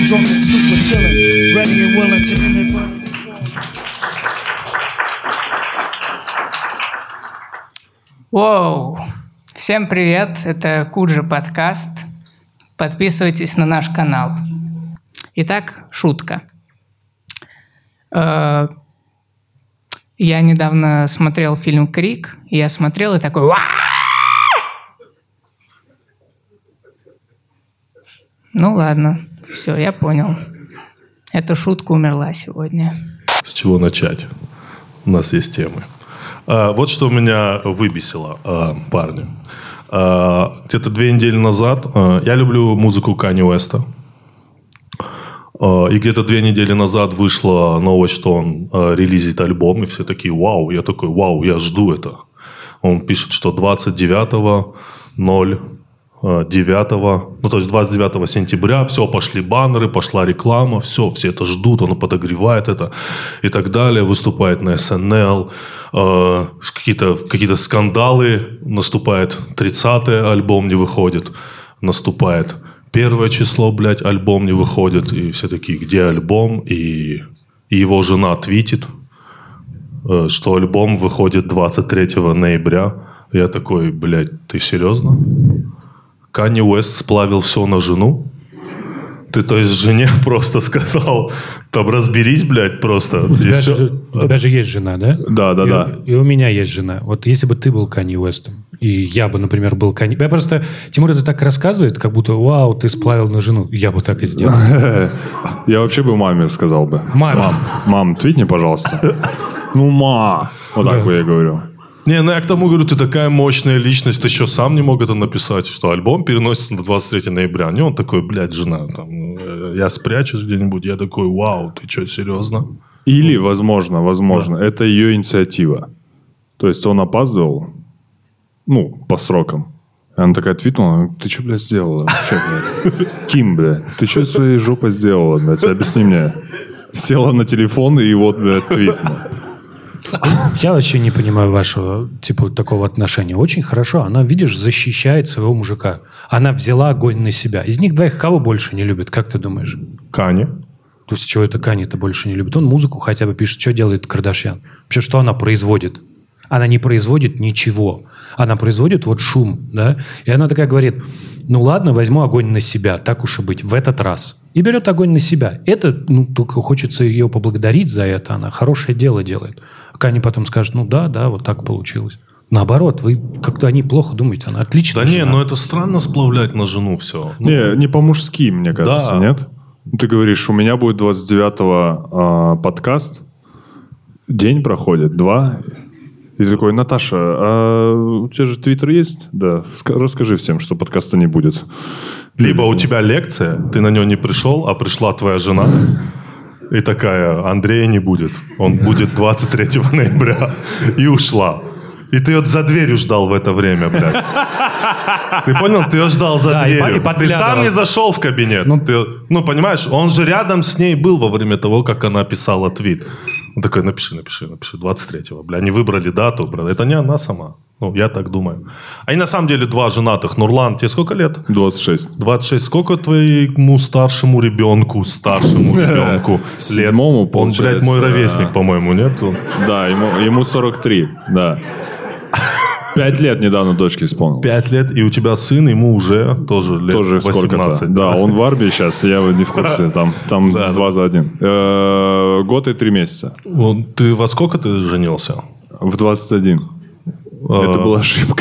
drunk and stupid, chillin', ready and willing to inadvertently. Воу! Всем привет, это Куджи подкаст. Подписывайтесь на наш канал. Итак, шутка. Я недавно смотрел фильм «Крик», и я смотрел и такой... Ну ладно, все, я понял. Эта шутка умерла сегодня. С чего начать? У нас есть темы. Вот что меня выбесило, парни. Где-то 2 недели назад... Я люблю музыку Канье Уэста. И где-то 2 недели назад вышла новость, что он релизит альбом, и все такие «Вау!». Я такой «Вау, я жду это». Он пишет, что 29.09, ну то есть 29 сентября, все, пошли баннеры, пошла реклама, все это ждут, он подогревает это и так далее, выступает на СНЛ, какие-то скандалы, наступает 30-й, альбом не выходит, наступает 1 число, блядь, альбом не выходит, и все такие, где альбом, и его жена твитит, что альбом выходит 23 ноября. Я такой, блядь, ты серьезно? Канье Уэст сплавил все на жену? Ты, то есть, жене просто сказал, там разберись, блядь, просто. У тебя же есть жена, да? Да. И у меня есть жена. Вот если бы ты был Канье Уэстом, и я бы, например, был Канье... Я просто... Тимур это так рассказывает, как будто, вау, ты сплавил на жену. Я бы так и сделал. Я вообще бы маме сказал бы. Мам, твитни, пожалуйста. Ну, ма. Вот так бы я говорил. Не, ну я к тому говорю, ты такая мощная личность, ты еще сам не мог это написать, что альбом переносится на 23 ноября. Не, он такой, блядь, жена, там, я спрячусь где-нибудь. Я такой, вау, ты что, серьезно? Или, возможно, это ее инициатива. То есть он опаздывал, по срокам. И она такая твитнула, ты что, блядь, сделала вообще, блядь? Ким, блядь, ты что своей жопой сделала, блядь, объясни мне. Села на телефон и вот, блядь, твитнула. Я вообще не понимаю вашего, такого отношения. Очень хорошо. Она, видишь, защищает своего мужика. Она взяла огонь на себя. Из них двоих кого больше не любит, как ты думаешь? Канье. То есть, чего это Канье-то больше не любит? Он музыку хотя бы пишет. Что делает Кардашьян? Вообще, что она производит? Она не производит ничего. Она производит вот шум, да? И она такая говорит, ну ладно, возьму огонь на себя, так уж и быть, в этот раз. И берет огонь на себя. Это, только хочется ее поблагодарить за это. Она хорошее дело делает. А Канье потом скажет, да, вот так получилось. Наоборот, вы как-то о ней плохо думаете. Она отличная жена. Да не, это странно сплавлять на жену все. Не по-мужски, мне кажется, да. Нет? Ты говоришь, у меня будет 29-го подкаст, день проходит, 2... И ты такой, Наташа, а у тебя же твиттер есть? Да. Расскажи всем, что подкаста не будет. Либо у тебя лекция, ты на нее не пришел, а пришла твоя жена. И такая, Андрея не будет. Он будет 23 ноября. И ушла. И ты ее за дверью ждал в это время, блядь. Ты понял? Ты ее ждал за дверью. Ты сам не зашел в кабинет. Понимаешь, он же рядом с ней был во время того, как она писала твит. Он такой, напиши, 23-го. Бля, они выбрали дату, бля. Это не она сама. Я так думаю. Они на самом деле 2 женатых. Нурлан, тебе сколько лет? 26. 26. Сколько твоему старшему ребенку лет? 7-му, Он, блядь, мой ровесник, по-моему, нет? Да, ему 43, да. 5 лет недавно дочке исполнилось. 5 лет, и у тебя сын, ему уже тоже лет 18. Сколько-то. Да, он в армии сейчас, я не в курсе. Там 2 за 1. Год и 3 месяца. Ты во сколько ты женился? В 21. Это была ошибка.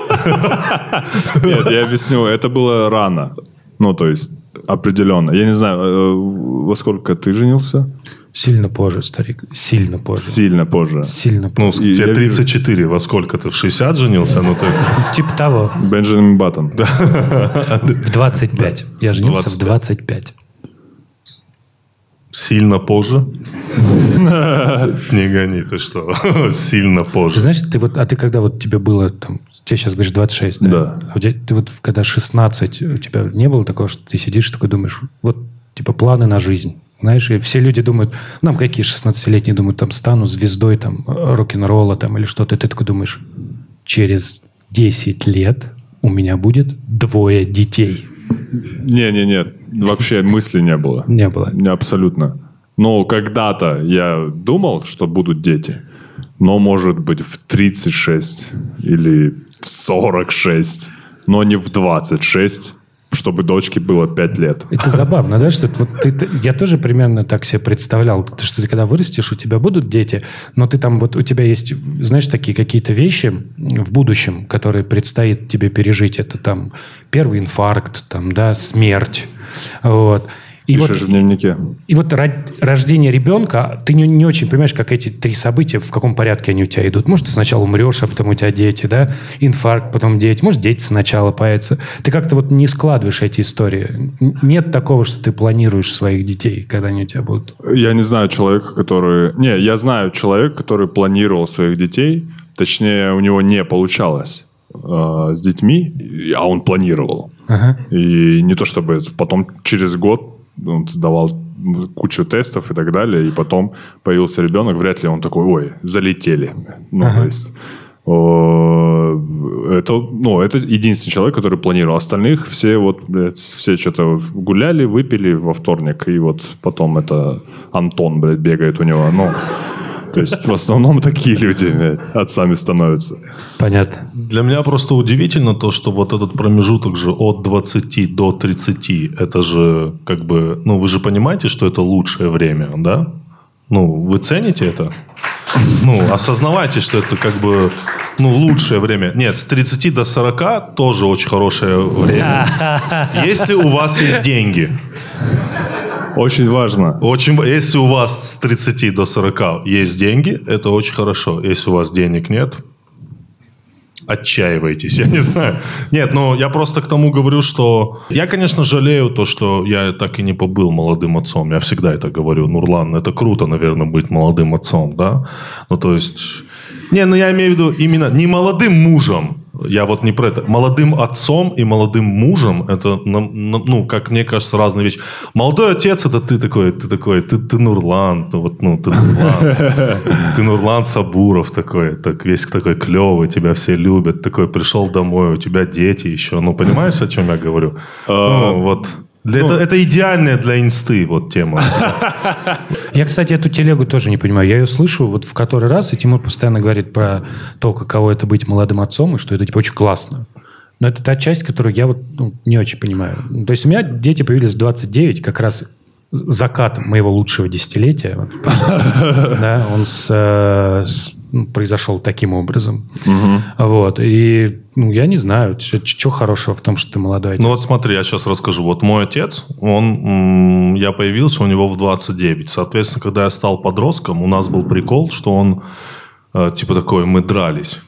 Нет, я объясню. Это было рано. То есть, определенно. Я не знаю, во сколько ты женился? Сильно позже, старик. Сильно позже. Тебе 34. Во сколько ты? В 60 женился? Типа того. Бенджамин Баттон. В 25. Я женился в 25. Сильно позже? Не гони, ты что? Сильно позже. Ты знаешь, ты когда тебе было, тебе сейчас говоришь 26, да? Да. Ты когда 16, у тебя не было такого, что ты сидишь и такой думаешь, планы на жизнь. Знаешь, и все люди думают, какие 16-летние думают, стану звездой, рок-н-ролла, или что-то. Ты такой думаешь, через 10 лет у меня будет 2 детей. Не. вообще мысли не было. Не было. Абсолютно. Но когда-то я думал, что будут дети. Но, может быть, в 36 или в 46, но не в 26, чтобы дочке было 5 лет. Это забавно, да, что вот я тоже примерно так себе представлял, что ты когда вырастешь, у тебя будут дети, но ты там вот у тебя есть, знаешь, такие какие-то вещи в будущем, которые предстоит тебе пережить. Это там первый инфаркт, там, да, смерть, вот. И Пишешь вот, в дневнике. И вот рождение ребенка, ты не очень понимаешь, как эти 3 события, в каком порядке они у тебя идут. Может, ты сначала умрешь, а потом у тебя дети, да? Инфаркт, потом дети. Может, дети сначала появятся. Ты как-то вот не складываешь эти истории. Нет такого, что ты планируешь своих детей, когда они у тебя будут. Я не знаю человека, который... Не, я знаю человека, который планировал своих детей. Точнее, у него не получалось с детьми, а он планировал. Ага. И не то чтобы потом через год он сдавал кучу тестов и так далее, и потом появился ребенок, вряд ли он такой, ой, залетели. Ну, то есть, это единственный человек, который планировал. Остальных все все что-то гуляли, выпили во вторник, и вот потом это Антон, бегает у него. Ну, то есть, в основном такие люди отцами становятся. Понятно. Для меня просто удивительно то, что вот этот промежуток же от 20 до 30, это же как бы... Ну, вы же понимаете, что это лучшее время, да? Ну, вы цените это? Ну, осознавайте, что это как бы, лучшее время. Нет, с 30 до 40 тоже очень хорошее время. Если у вас есть деньги. Очень важно. Если у вас с 30 до 40 есть деньги, это очень хорошо. Если у вас денег нет, отчаивайтесь, я не знаю. Нет, я просто к тому говорю, что... Я, конечно, жалею то, что я так и не побыл молодым отцом. Я всегда это говорю. Нурлан, это круто, наверное, быть молодым отцом, да? Ну, то есть... я имею в виду именно не молодым мужем. Я вот не про это. Молодым отцом и молодым мужем это, как мне кажется, разные вещи. Молодой отец это ты Нурлан, ты Нурлан. Ты Нурлан Сабуров такой, весь такой клевый, тебя все любят, такой пришел домой, у тебя дети еще. Понимаешь, о чем я говорю? Это идеальная для инсты тема. Я, кстати, эту телегу тоже не понимаю. Я ее слышу в который раз, и Тимур постоянно говорит про то, каково это быть молодым отцом, и что это очень классно. Но это та часть, которую я не очень понимаю. То есть у меня дети появились в 29, как раз закат моего лучшего десятилетия. Да, он произошел таким образом. И я не знаю, что хорошего в том, что ты молодой отец. Смотри, я сейчас расскажу. Мой отец, я появился у него в 29. Соответственно, когда я стал подростком, у нас был прикол, что он такой, мы дрались.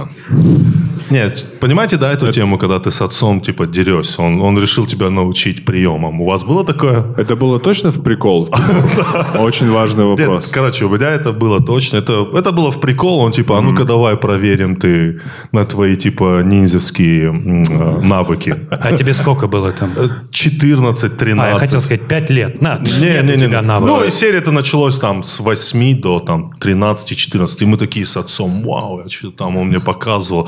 Нет, понимаете, да, эту тему, когда ты с отцом, дерешься? Он решил тебя научить приемам. У вас было такое? Это было точно в прикол? Очень важный вопрос. Нет, короче, у меня это было точно. Это было в прикол. Он а ну-ка давай проверим ты на твои, ниндзевские навыки. А тебе сколько было там? 14-13. Я хотел сказать, 5 лет. Не. И серия-то началась с 8 до 13-14. И мы такие с отцом, вау, что там он мне показывал.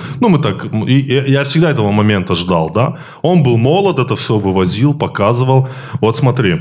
Я всегда этого момента ждал, да. Он был молод, это все вывозил, показывал. Вот смотри,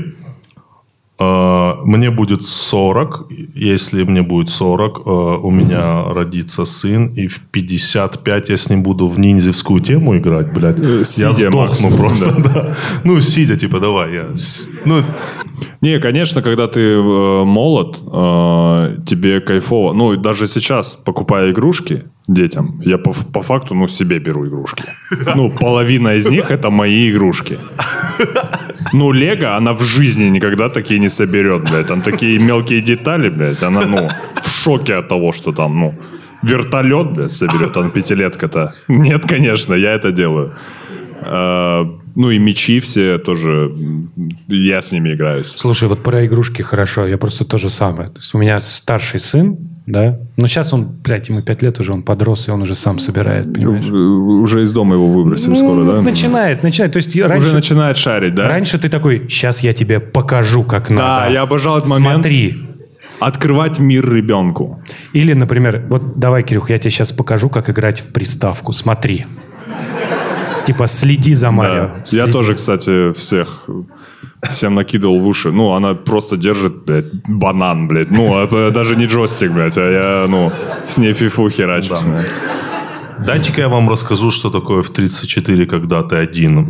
мне будет 40, если мне будет 40, у меня родится сын, и в 55 я с ним буду в ниндзевскую тему играть, блядь. Я сдохну просто, да. Сидя, давай. Не, конечно, когда ты молод, тебе кайфово. Даже сейчас, покупая игрушки детям, я по факту, себе беру игрушки. Половина из них это мои игрушки. Лего, она в жизни никогда такие не соберет, блядь. Там такие мелкие детали, блядь. Она, в шоке от того, что там, вертолет, блядь, соберет. Он 5-летка-то. Нет, конечно, я это делаю. И мечи все тоже, я с ними играюсь. Слушай, про игрушки хорошо, я просто то же самое. То есть у меня старший сын, да, но сейчас он, ему 5 лет уже, он подрос, и он уже сам собирает, понимаешь? Уже из дома его выбросим скоро, да? Начинает. То есть раньше, уже начинает шарить, да? Раньше ты такой, сейчас я тебе покажу, как надо. Да, я обожал этот момент. Смотри. Открывать мир ребенку. Или, например, давай, Кирюх, я тебе сейчас покажу, как играть в приставку, смотри. Следи за Марио. Да. Я тоже, кстати, всех Всем накидывал в уши. Ну, она просто держит, блядь, банан, блядь. Ну, это даже не джойстик, блядь, а я, ну, с ней фифу херачусь, блядь. Дайте-ка я вам расскажу, что такое в 34, когда ты один.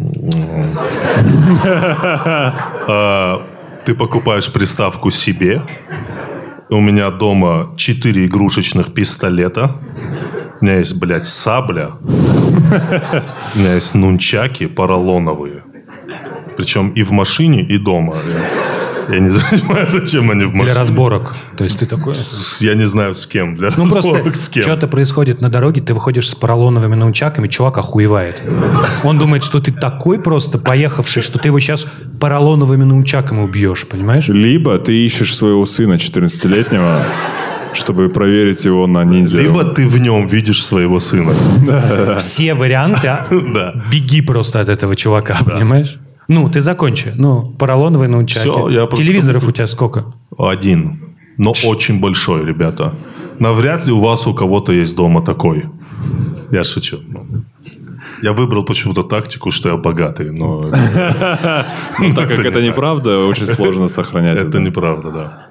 Ты покупаешь приставку себе. У меня дома 4 игрушечных пистолета. У меня есть, блядь, сабля. У меня есть нунчаки поролоновые. Причем и в машине, и дома. Я не знаю, зачем они в машине. Для разборок. То есть ты такой... Я не знаю, с кем. Для Ну, разборок просто с кем. что-то происходит на дороге, ты выходишь с поролоновыми наунчаками, чувак охуевает. Он думает, что ты такой просто поехавший, что ты его сейчас поролоновыми наунчаками убьешь, понимаешь? Либо ты ищешь своего сына 14-летнего, чтобы проверить его на ниндзя. Либо ты в нем видишь своего сына. Все варианты, Да. Беги просто от этого чувака, понимаешь? Ну, ты закончи. Ну, поролоновые наунчаки. Всё, я просто- Телевизоров у тебя сколько? Один. Но очень большой, ребята. Навряд ли у вас у кого-то есть дома такой. Я шучу. Я выбрал почему-то тактику, что я богатый, но... Ну, так как это неправда, очень сложно сохранять Это неправда, да.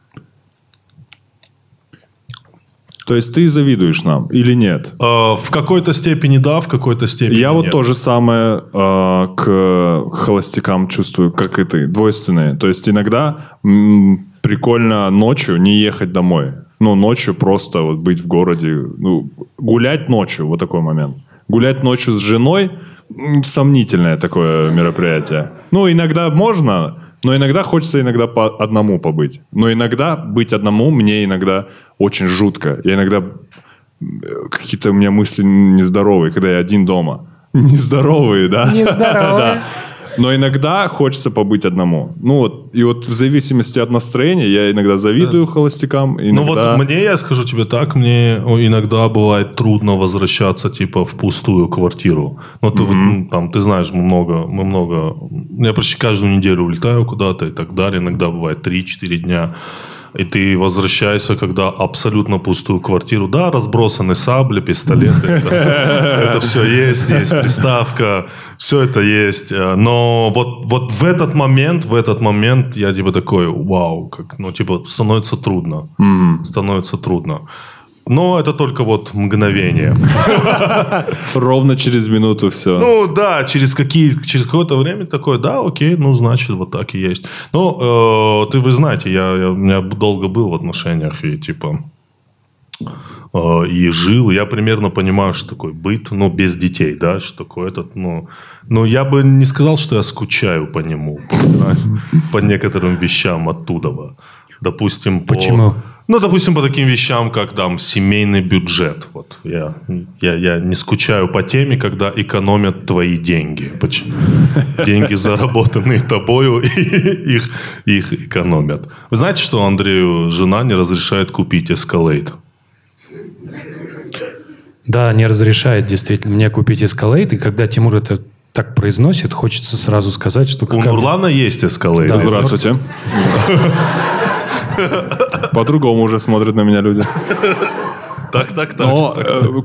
То есть ты завидуешь нам или нет? В какой-то степени да, в какой-то степени Я вот нет. то же самое к холостякам чувствую, как и ты, двойственные. То есть иногда прикольно ночью не ехать домой. Ну, ночью просто вот быть в городе. Ну, гулять ночью, вот такой момент. Гулять ночью с женой сомнительное такое мероприятие. Ну, иногда можно, но иногда хочется иногда по одному побыть. Но иногда быть одному мне иногда очень жутко. Я иногда... Какие-то у меня мысли нездоровые, когда я один дома. Нездоровые, да? Нездоровые. Да. Но иногда хочется побыть одному. Ну вот, и вот в зависимости от настроения я иногда завидую холостякам, Ну иногда... вот мне, я скажу тебе так, мне иногда бывает трудно возвращаться типа в пустую квартиру. Ну ты, вот, там, ты знаешь, мы много... Я почти каждую неделю улетаю куда-то и так далее. Иногда бывает 3-4 дня. И ты возвращаешься, когда абсолютно пустую квартиру. Да, разбросаны сабли, пистолеты. Это все есть приставка. Все это есть. Но вот в этот момент я типа такой, вау, как, ну типа становится трудно. Становится трудно. Но это только вот мгновение. Ровно через минуту все. Ну да, через какое-то время такое, да, окей, ну значит вот так и есть. Ну, вы знаете, я долго был в отношениях и типа и жил, я примерно понимаю, что такое быт, ну без детей, да, что такое этот, ну я бы не сказал, что я скучаю по нему, по некоторым вещам оттуда. Допустим, Почему? Допустим, по таким вещам, как там семейный бюджет. Вот я не скучаю по теме, когда экономят твои деньги. Деньги, заработанные тобою, их экономят. Вы знаете, что Андрею жена не разрешает купить Escalade? Да, не разрешает действительно мне купить Escalade. И когда Тимур это так произносит, хочется сразу сказать, что... У Нурлана есть Escalade. Да. Здравствуйте. По-другому уже смотрят на меня люди. Так. Но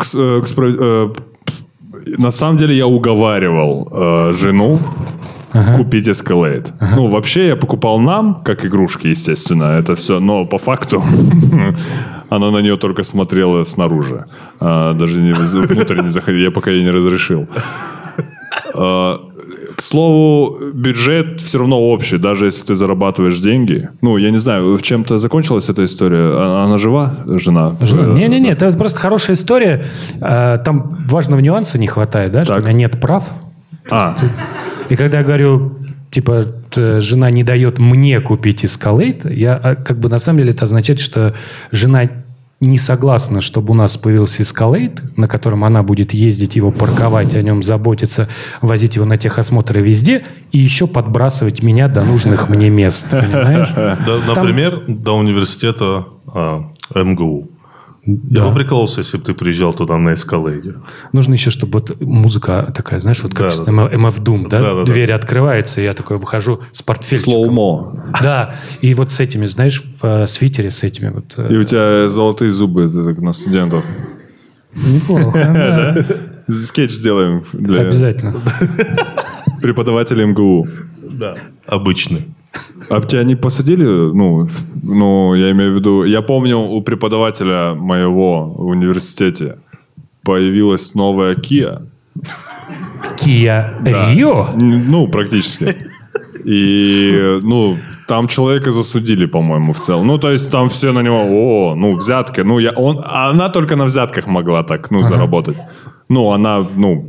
на самом деле я уговаривал жену купить Escalade. Ну, вообще я покупал нам, как игрушки, естественно, это все. Но по факту она на нее только смотрела снаружи. Даже внутрь не заходила. Я пока ей не разрешил. К слову, бюджет все равно общий, даже если ты зарабатываешь деньги. Ну, я не знаю, чем-то закончилась эта история? Она жива, жена? Не-не-не, это просто хорошая история. Там важного нюанса не хватает, да, что у меня нет прав. И когда я говорю, типа, жена не дает мне купить Escalade, я как бы на самом деле это означает, что жена не согласна, чтобы у нас появился Escalade, на котором она будет ездить, его парковать, о нем заботиться, возить его на техосмотры везде и еще подбрасывать меня до нужных мне мест. Понимаешь? Например, до университета МГУ. Я бы прикололся, если бы ты приезжал туда на Escalade. Нужно еще, чтобы вот музыка такая, знаешь, вот как MF Doom, да? Дверь открывается, и я такой выхожу с портфельчиком. Слоумо. Да, и вот с этими, знаешь, в свитере с этими вот. И у тебя золотые зубы на студентов. Неплохо, да. Скетч сделаем для Обязательно. преподавателей МГУ. Да. Обычный. А тебя не посадили? Ну, я имею в виду... Я помню, у преподавателя моего в университете появилась новая Kia. Kia Rio? Ну, практически. И, там человека засудили, по-моему, в целом. Ну, то есть там все на него, взятка. Она только на взятках могла так, заработать. Она,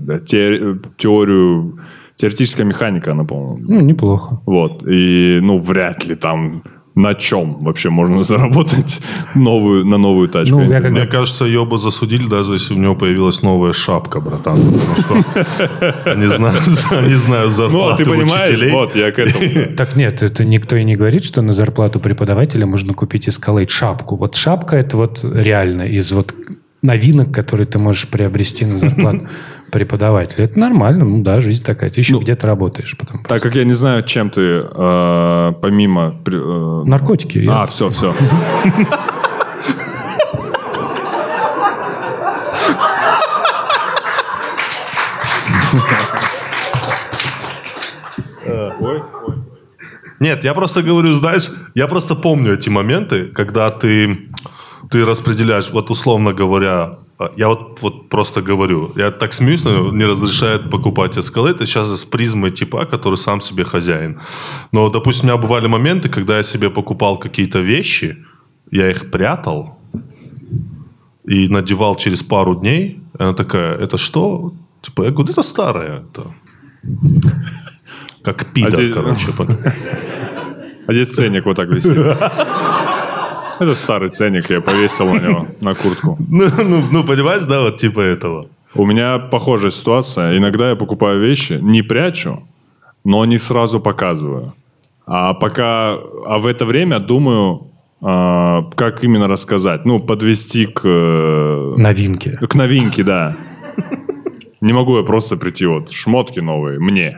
теоретическая механика, она, по-моему. Неплохо. Вот. И, вряд ли там на чем вообще можно заработать на новую тачку. Мне кажется, ее бы засудили, даже если у него появилась новая шапка, братан. Потому что не знаю зарплаты ты понимаешь, учителей. вот я к этому. Так нет, это никто и не говорит, что на зарплату преподавателя можно купить Escalade шапку. Вот шапка это вот реально из вот новинок, которые ты можешь приобрести на зарплату преподавателя. Это нормально, жизнь такая. Ты еще где-то работаешь потом. Так как я не знаю, чем ты помимо... Наркотики. Все. Нет, я просто говорю, знаешь, я просто помню эти моменты, когда ты распределяешь, вот условно говоря, я вот просто говорю, я так смеюсь, но не разрешает покупать Escalade, сейчас с призмой типа, который сам себе хозяин. Но, допустим, у меня бывали моменты, когда я себе покупал какие-то вещи, я их прятал и надевал через пару дней. И она такая, это что? Типа, я говорю, это старое. Это... Как пидор, короче. А здесь ценник вот так висит. Это старый ценник, я повесил на него, на куртку. Понимаешь, да, вот типа этого. У меня похожая ситуация. Иногда я покупаю вещи, не прячу, но не сразу показываю. А в это время думаю, как именно рассказать. Подвести к... Новинке. К новинке, да. Не могу я просто прийти, шмотки новые, мне.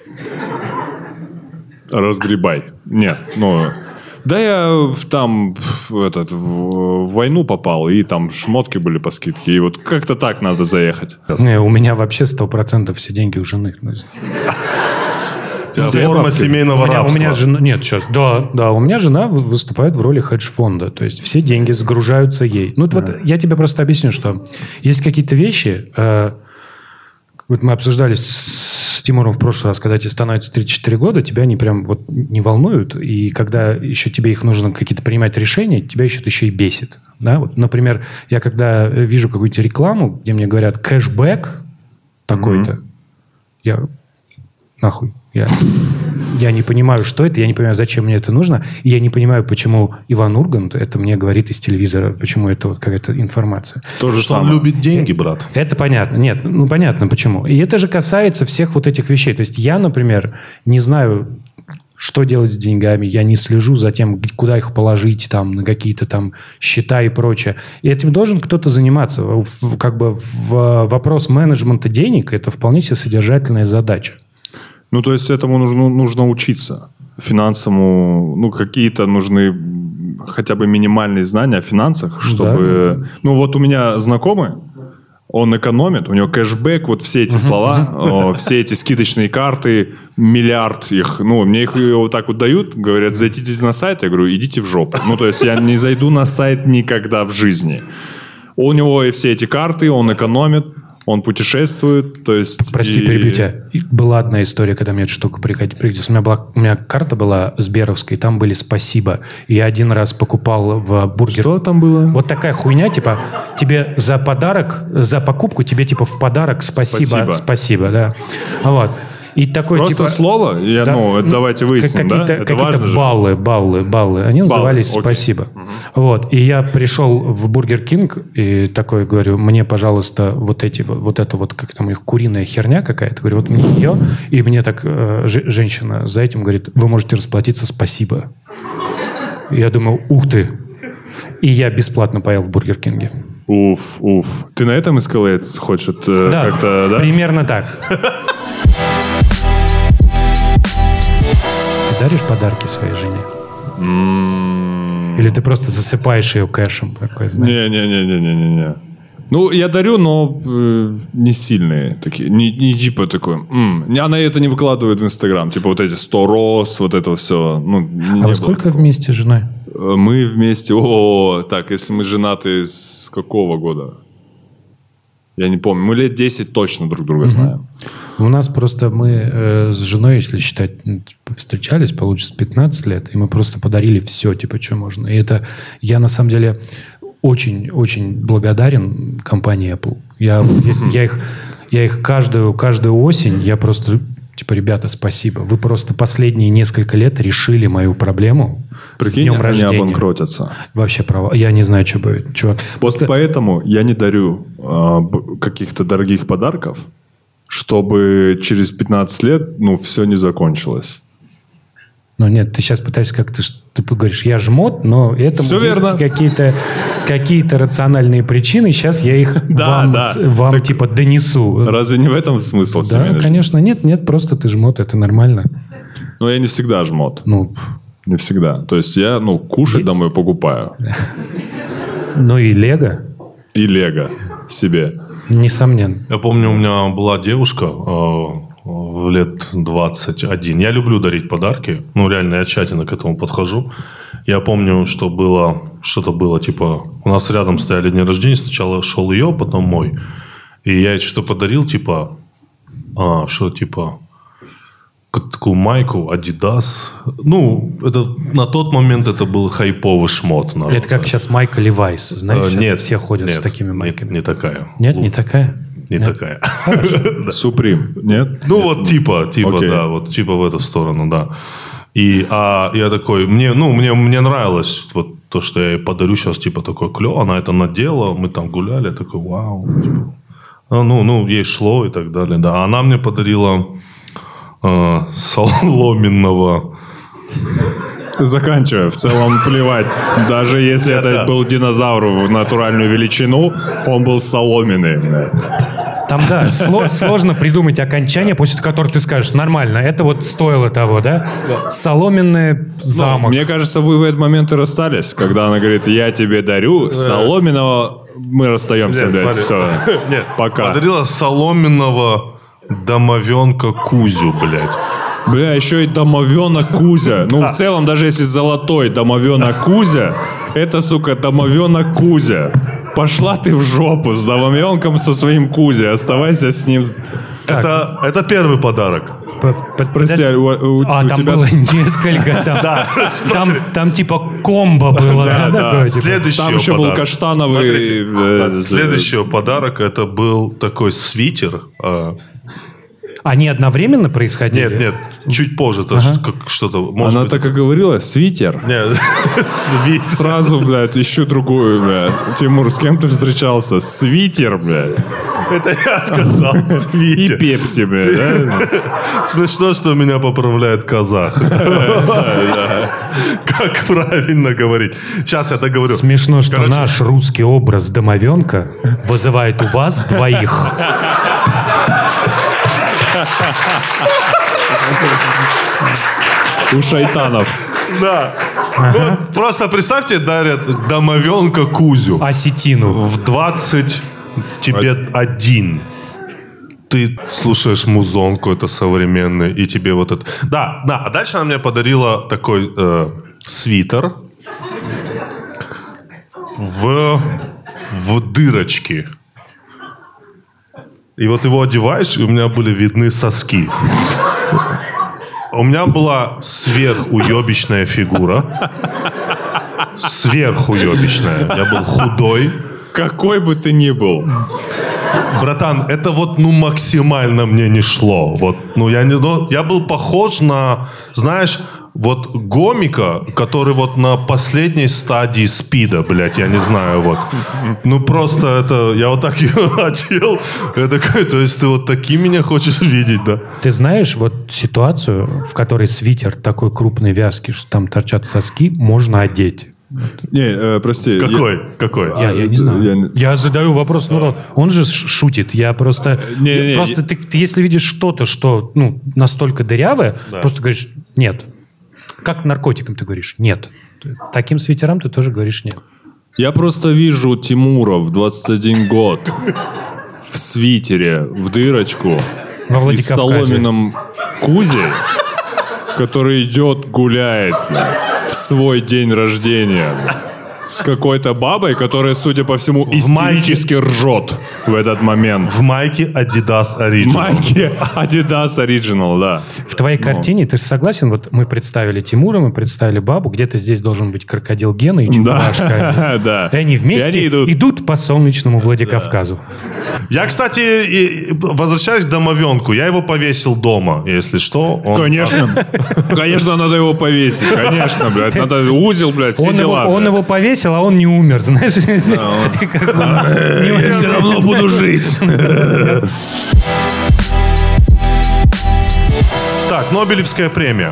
Разгребай. Нет, Да я там в войну попал, и там шмотки были по скидке. И вот как-то так надо заехать. Не, у меня вообще 100% все деньги у жены. Форма семейного рабства. У меня жена... Нет, сейчас. Да, у меня жена выступает в роли хедж-фонда. То есть все деньги сгружаются ей. Вот я тебе просто объясню, что есть какие-то вещи... Вот мы обсуждали с Тимуром в прошлый раз, когда тебе становится 34 года, тебя они прям не волнуют, и когда еще тебе их нужно какие-то принимать решения, тебя еще и бесит. Да? Вот, например, я когда вижу какую-то рекламу, где мне говорят кэшбэк такой-то, я нахуй. Я не понимаю, что это, я не понимаю, зачем мне это нужно, и я не понимаю, почему Иван Ургант это мне говорит из телевизора, почему это какая-то информация. То же самое. Он любит деньги, брат. Это понятно. Нет, понятно почему. И это же касается всех вот этих вещей. То есть я, например, не знаю, что делать с деньгами, я не слежу за тем, куда их положить, там, на какие-то там счета и прочее. И этим должен кто-то заниматься. Вопрос менеджмента денег – это вполне себе содержательная задача. То есть этому нужно учиться. Финансовому, какие-то нужны хотя бы минимальные знания о финансах, чтобы... Да. Вот у меня знакомый, он экономит, у него кэшбэк, вот все эти слова, все эти скидочные карты, миллиард их, мне их вот так вот дают, говорят, зайдите на сайт, я говорю, идите в жопу. То есть я не зайду на сайт никогда в жизни. У него и все эти карты, он экономит, он путешествует, то есть... Прости, перебью тебя. Была одна история, когда мне эта штука пригодилась. У меня карта была сберовская, и там были «Спасибо». И я один раз покупал в бургер... Что там было? Вот такая хуйня, типа, тебе за подарок, за покупку тебе, типа, в подарок «Спасибо», да. Вот. И такой, просто слово? Давайте выясним, да? Это какие-то баллы. Они назывались «Спасибо». Вот. И я пришел в Бургер Кинг и такой говорю, мне, пожалуйста, вот это как там у них куриная херня какая-то. Говорю, вот мне ее. И мне так женщина за этим говорит, вы можете расплатиться «Спасибо». И я думаю, ух ты. И я бесплатно поел в Бургер Кинге. Уф. Ты на этом Escalade хочешь как-то, да? Примерно так. Ты даришь подарки своей жене? Или ты просто засыпаешь ее кэшем? Не. Ну, я дарю, но не сильные такие. Не типа такой... Она это не выкладывает в Инстаграм. Типа вот эти 100 роз, вот это все. Ну, А вы сколько вместе с женой? Мы вместе... Так, если мы женаты с какого года? Я не помню. Мы лет 10 точно друг друга знаем. У нас просто мы с женой, если считать, встречались, получится 15 лет, и мы просто подарили все, типа, что можно. И это я, на самом деле, очень-очень благодарен компании Apple. Я их каждую осень, я просто... Типа, ребята, спасибо. Вы просто последние несколько лет решили мою проблему. Прикинь, с днем рождения. Они обанкротятся. Вообще право. Я не знаю, что будет. Чувак. Вот поэтому я не дарю каких-то дорогих подарков, чтобы через 15 лет, все не закончилось. Ну, нет, ты сейчас пытаешься как-то... Ты говоришь, я жмот, но это Все верно. какие-то рациональные причины. Сейчас я их вам типа донесу. Разве не в этом смысл? Да, конечно. Нет, просто ты жмот, это нормально. Но я не всегда жмот. Не всегда. То есть я, кушать домой покупаю. Ну и Лего. И Лего себе. Несомненно. Я помню, у меня была девушка в лет 21. Я люблю дарить подарки. Реально, я тщательно к этому подхожу. Я помню, что-то было, типа... У нас рядом стояли дни рождения. Сначала шел ее, потом мой. И я ей что-то подарил, типа... такую майку, Adidas. Это на тот момент это был хайповый шмот. Народ. Это как сейчас майка Levi's. Знаешь, сейчас все ходят с такими майками. Не такая. Нет, не такая? Не такая. Суприм, нет? Типа, да, вот типа в эту сторону, да. И я такой, мне нравилось вот то, что я ей подарю сейчас, типа, такое клево, она это надела, мы там гуляли, я такой, вау. Типа. Ей шло и так далее, да. Она мне подарила соломенного... Заканчивая. В целом плевать. Даже если это был динозавр в натуральную величину, он был соломенный. Там, да, сложно придумать окончание, после которого ты скажешь, нормально, это вот стоило того, да? Соломенный замок. Мне кажется, вы в этот момент и расстались, когда она говорит, я тебе дарю соломенного, мы расстаемся, блядь, все. Нет, пока. Подарила соломенного домовенка Кузю, блядь. Бля, еще и домовенок Кузя. В целом, даже если золотой домовенок Кузя, это, сука, домовенок Кузя. Пошла ты в жопу с домовенком со своим Кузей. Оставайся с ним. Это первый подарок. Прости, у там тебя... было несколько. Там типа комбо было. Да. Там еще был каштановый... Следующий подарок, это был такой свитер. Они одновременно происходили? Нет, чуть позже. Это как что-то... Она так и говорила, свитер. Нет, свитер. Сразу, блядь, ищу другую, блядь. Тимур, с кем ты встречался? Свитер, блядь. Это я сказал, свитер. И пепси, блядь, да? Смешно, что меня поправляет казах. Как правильно говорить. Сейчас я договорю. Смешно, что наш русский образ домовенка вызывает у вас двоих. У шайтанов. Да. Просто представьте, дарят домовенка Кузю. Осетину. В 20 тебе 1. Ты слушаешь музон какой-то современный, и тебе вот это... Да. А дальше она мне подарила такой свитер в дырочке. И вот его одеваешь, и у меня были видны соски. У меня была сверхуебищная фигура. Сверхуебищная. Я был худой. Какой бы ты ни был. Братан, это вот, максимально мне не шло. Вот, я был похож на, знаешь, вот гомика, который вот на последней стадии СПИДа, блядь, я не знаю, вот. Просто это, я вот так ее одел. Я такой, то есть ты вот таким меня хочешь видеть, да? Ты знаешь вот ситуацию, в которой свитер такой крупной вязки, что там торчат соски, можно одеть? Не, прости. Какой? Я не знаю. Я задаю вопрос, он же шутит. Я просто... Ты если видишь что-то, что настолько дырявое, просто говоришь «нет». Как наркотикам ты говоришь «нет». Таким свитерам ты тоже говоришь «нет». Я просто вижу Тимура в 21 год в свитере, в дырочку Во и в Владикавказе. соломенном кузе, который идет, гуляет в свой день рождения с какой-то бабой, которая, судя по всему, истерически ржет в этот момент. В майке Adidas Original. Майки Adidas Original, да. В твоей картине, ты же согласен, вот мы представили Тимура, мы представили бабу, где-то здесь должен быть крокодил Гена и Чебурашка. Да. И они вместе И они идут по солнечному Владикавказу. Я, кстати, возвращаюсь к домовенку. Я его повесил дома, если что. Конечно, надо его повесить. Конечно, блядь. Надо узел, блядь, все дела. Он его повесил, а он не умер, знаешь? Я все равно буду жить. Так, Нобелевская премия.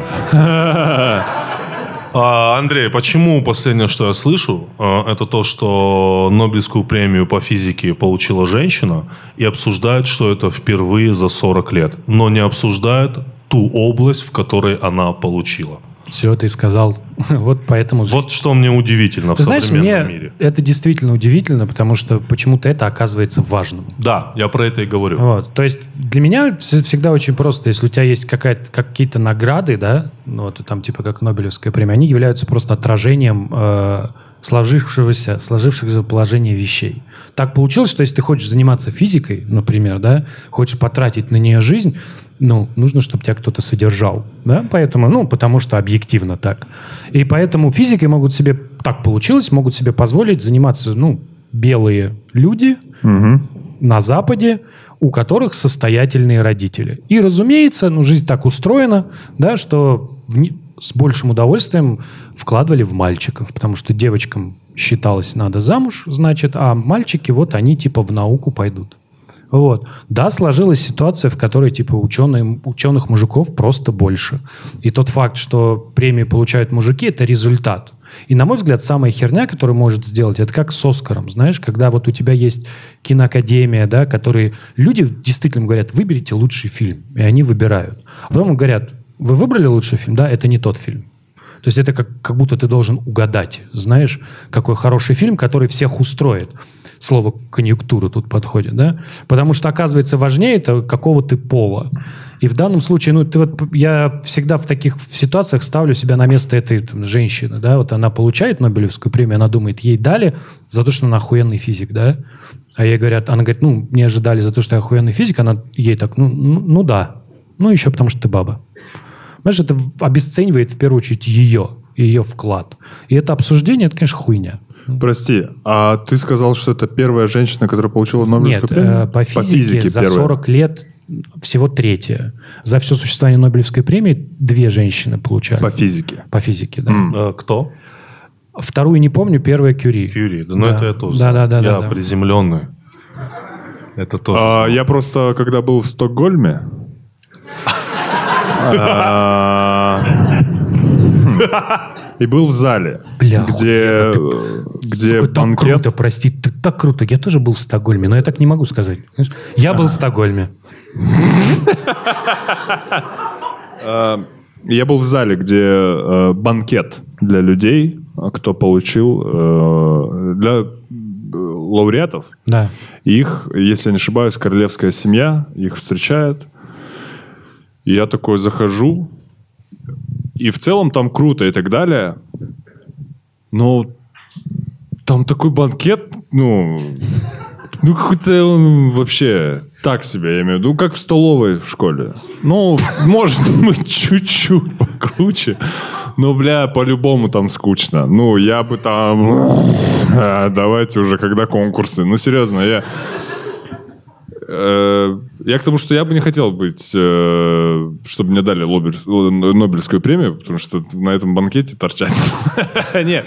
Андрей, почему последнее, что я слышу, это то, что Нобелевскую премию по физике получила женщина и обсуждают, что это впервые за 40 лет, но не обсуждают ту область, в которой она получила. Все, ты сказал. Вот поэтому... Вот что мне удивительно в современном мире. Это действительно удивительно, потому что почему-то это оказывается важным. Да, я про это и говорю. Вот. То есть для меня всегда очень просто. Если у тебя есть какие-то награды, да, ну, вот, там типа как Нобелевская премия, они являются просто отражением сложившихся положения вещей. Так получилось, что если ты хочешь заниматься физикой, например, да, хочешь потратить на нее жизнь, ну, нужно, чтобы тебя кто-то содержал, да, поэтому, ну, потому что объективно так. И поэтому физикой могут себе, так получилось, могут себе позволить заниматься, ну, белые люди на Западе, у которых состоятельные родители. И, разумеется, ну, жизнь так устроена, да, что с большим удовольствием вкладывали в мальчиков, потому что девочкам считалось надо замуж, значит, а мальчики, вот они типа в науку пойдут. Вот. Да, сложилась ситуация, в которой типа ученых мужиков просто больше. И тот факт, что премии получают мужики, это результат. И, на мой взгляд, самая херня, которую может сделать, это как с Оскаром, знаешь, когда вот у тебя есть киноакадемия, да, которые люди действительно говорят, выберите лучший фильм, и они выбирают. А потом говорят, вы выбрали лучший фильм? Да, это не тот фильм. То есть это как будто ты должен угадать, знаешь, какой хороший фильм, который всех устроит. Слово «конъюнктура» тут подходит, да? Потому что, оказывается, важнее это какого ты пола. И в данном случае, ну, я всегда в таких ситуациях ставлю себя на место этой женщины, да? Вот она получает Нобелевскую премию, она думает, ей дали за то, что она охуенный физик, да? А ей говорят, она говорит, ну, мне же дали за то, что я охуенный физик, она ей так, ну да. Ну, еще потому что ты баба. Понимаешь, это обесценивает в первую очередь ее вклад. И это обсуждение, это, конечно, хуйня. Прости, а ты сказал, что это первая женщина, которая получила Нобелевскую премию? Нет, по физике за первая. 40 лет всего третья. За все существование Нобелевской премии 2 женщины получали. По физике? По физике, да. Кто? Вторую не помню, первая Кюри. Кюри, да, ну это я тоже. Да. Я приземленный. Это тоже. Я просто, когда был в Стокгольме... И был в зале, бля, где так банкет... круто, прости, так круто. Я тоже был в Стокгольме, но я так не могу сказать. Я был в Стокгольме. Я был в зале, где банкет для людей, кто получил, для лауреатов. Да. Их, если я не ошибаюсь, королевская семья, их встречает. И я такой захожу, и в целом там круто и так далее. Но там такой банкет, ну какой-то он вообще так себе, я имею в виду, как в столовой в школе. Ну, может быть, чуть-чуть покруче. Но, бля, по-любому там скучно. Ну, я бы там... Давайте уже, когда конкурсы. Ну, серьезно, я к тому, что я бы не хотел быть, чтобы мне дали Нобелевскую премию, потому что на этом банкете торчать. Нет.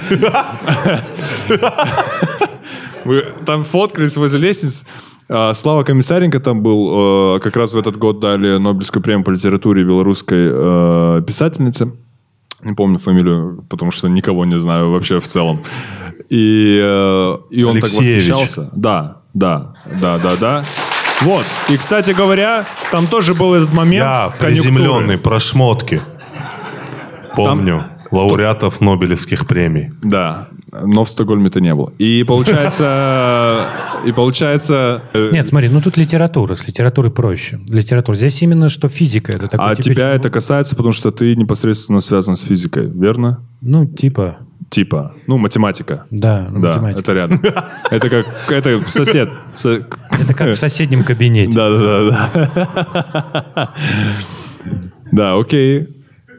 Мы там фоткались возле лестниц. Слава Комиссаренко там был. Как раз в этот год дали Нобелевскую премию по литературе белорусской писательнице. Не помню фамилию, потому что никого не знаю вообще в целом. И он Алексеевич. Так восхищался. Да. Вот. И, кстати говоря, там тоже был этот момент. Я приземленный, про шмотки. Помню. Лауреатов Нобелевских премий. Да. Но в Стокгольме ты не был. И получается... Нет, смотри, ну тут литература. С литературой проще. Литература. Здесь именно что физика. Это такой А тебя это касается, потому что ты непосредственно связан с физикой, верно? Ну, типа. Типа. Ну, математика. Да, Да, математика. это рядом. Это как... Это сосед. Это как в соседнем кабинете. Да. Да, окей.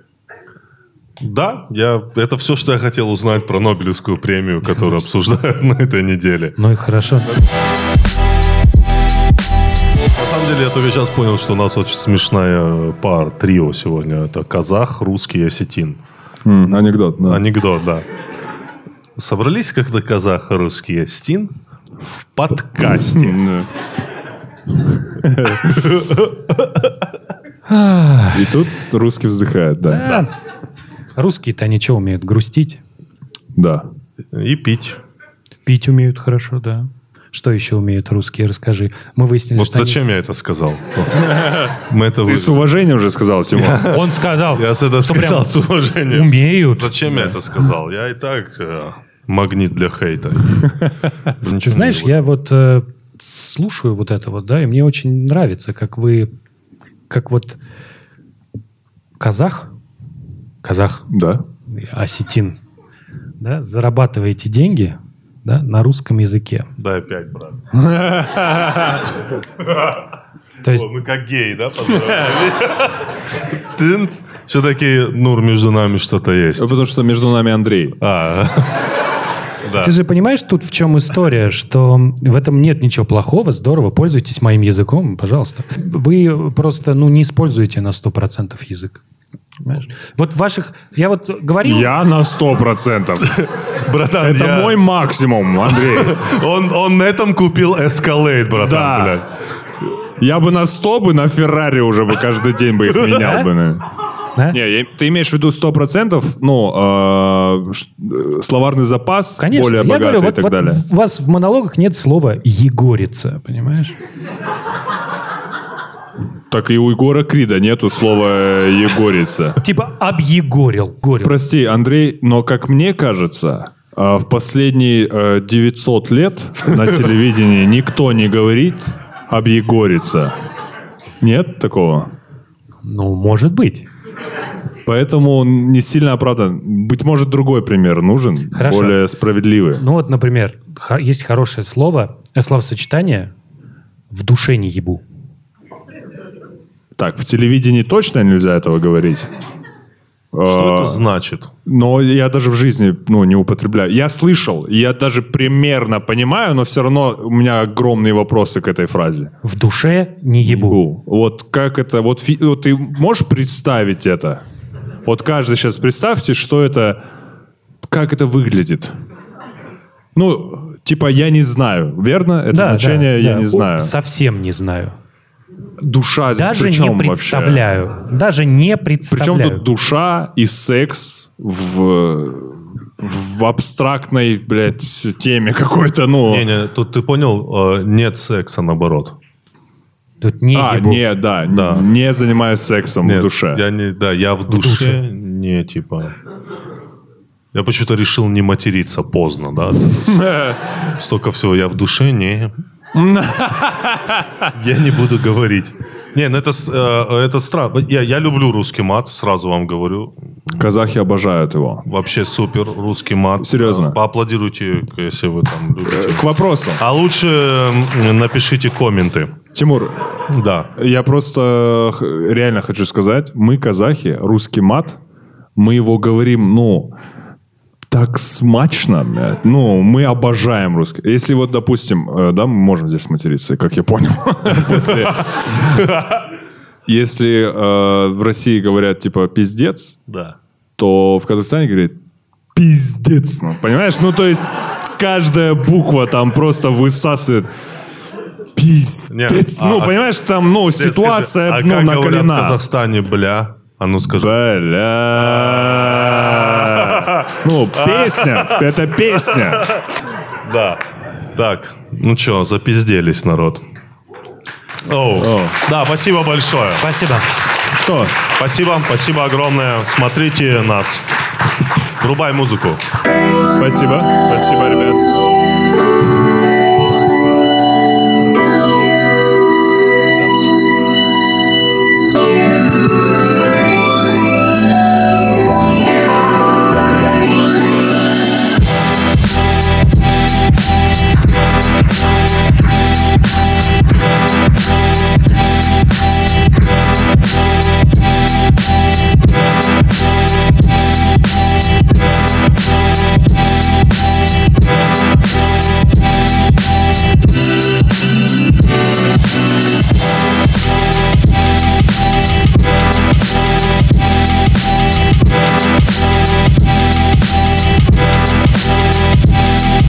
Да, это все, что я хотел узнать про Нобелевскую премию, которую обсуждают на этой неделе. Ну и хорошо. На самом деле, я только сейчас понял, что у нас очень смешная пара, трио сегодня. Это казах, русский и осетин. Анекдот, да. Анекдот, да. Собрались как-то казах и русский и осетин в подкасте. И тут русский вздыхает, да. Да. Русские-то они что умеют? Грустить? Да. И пить. Пить умеют хорошо, да. Что еще умеют русские? Расскажи. Мы выяснили, Вот что зачем я это сказал? Мы это Ты с уважением уже сказал, Тимур. Он сказал, Я это что прям сказал с уважением. умеют. Зачем я это сказал? Я и так магнит для хейта. Ты знаешь, я вот слушаю вот это вот, да, и мне очень нравится, как вот казах, Да. осетин, да, зарабатываете деньги, да, на русском языке. Дай 5, брат. То есть, Мы как геи, да? Все-таки, Нур, между нами что-то есть. Потому что между нами Андрей. Да. ты же понимаешь, тут в чем история, что в этом нет ничего плохого, здорово, пользуйтесь моим языком, пожалуйста. Вы просто, не используете на 100% язык. Понимаешь? Вот ваших... Я вот говорил... Я на 100%. Братан, Это мой максимум, Андрей. Он на этом купил Escalade, братан, Да. блядь. Я бы на 100 бы на Феррари уже бы каждый день бы их менял бы. наверное. Да? Не, ты имеешь в виду 100%, словарный запас Конечно. более Я богатый говорю, и так далее. у вас в монологах нет слова «егорица», понимаешь? Так и у Егора Крида нету слова «егорица». Типа «объегорил». Прости, Андрей, но, как мне кажется, в последние 900 лет на телевидении никто не говорит «объегорица». Нет такого? Ну, может быть. Поэтому он не сильно оправдан. Быть может, другой пример нужен, Хорошо. более справедливый. Ну вот, например, есть хорошее словосочетание «в душе не ебу». Так, в телевидении точно нельзя этого говорить? Что это значит? Но я даже в жизни не употребляю. Я слышал, я даже примерно понимаю, но все равно у меня огромные вопросы к этой фразе. В душе не ебу. Вот как это... Вот ты можешь представить это? Вот каждый сейчас представьте, что это... Как это выглядит? Типа я не знаю, верно? Это значение я не знаю. Совсем не знаю. Душа здесь Даже причем не представляю. вообще? Даже не представляю. Причем тут душа и секс в абстрактной, теме какой-то, Не, тут ты понял, нет секса, наоборот. Тут не ебу. Не занимаюсь сексом Нет, в душе. Я в душе не, типа... Я почему-то решил не материться поздно, да? Столько всего. Я в душе не... Я не буду говорить. Не, это странно. Я люблю русский мат, сразу вам говорю. Казахи обожают его. Вообще супер русский мат. Серьезно? Поаплодируйте, если вы там любите. К вопросу. А лучше напишите комменты. Тимур, Да. я просто реально хочу сказать, мы, казахи, русский мат, мы его говорим, так смачно, блядь. Мы обожаем русский. Если вот, допустим, мы можем здесь материться, как я понял. Если в России говорят, типа, пиздец, Да. то в Казахстане говорят пиздец. Понимаешь? То есть каждая буква там просто высасывает пиздец. Нет, понимаешь, там, ситуация, скажи, как говорят в накалена. Казахстане, бля? А ну скажи. Бля. Песня. Это песня. Да. Так, что, запизделись, народ. Да, спасибо большое. Спасибо. Что? Спасибо огромное. Смотрите нас. Врубай музыку. Спасибо. Спасибо, ребят.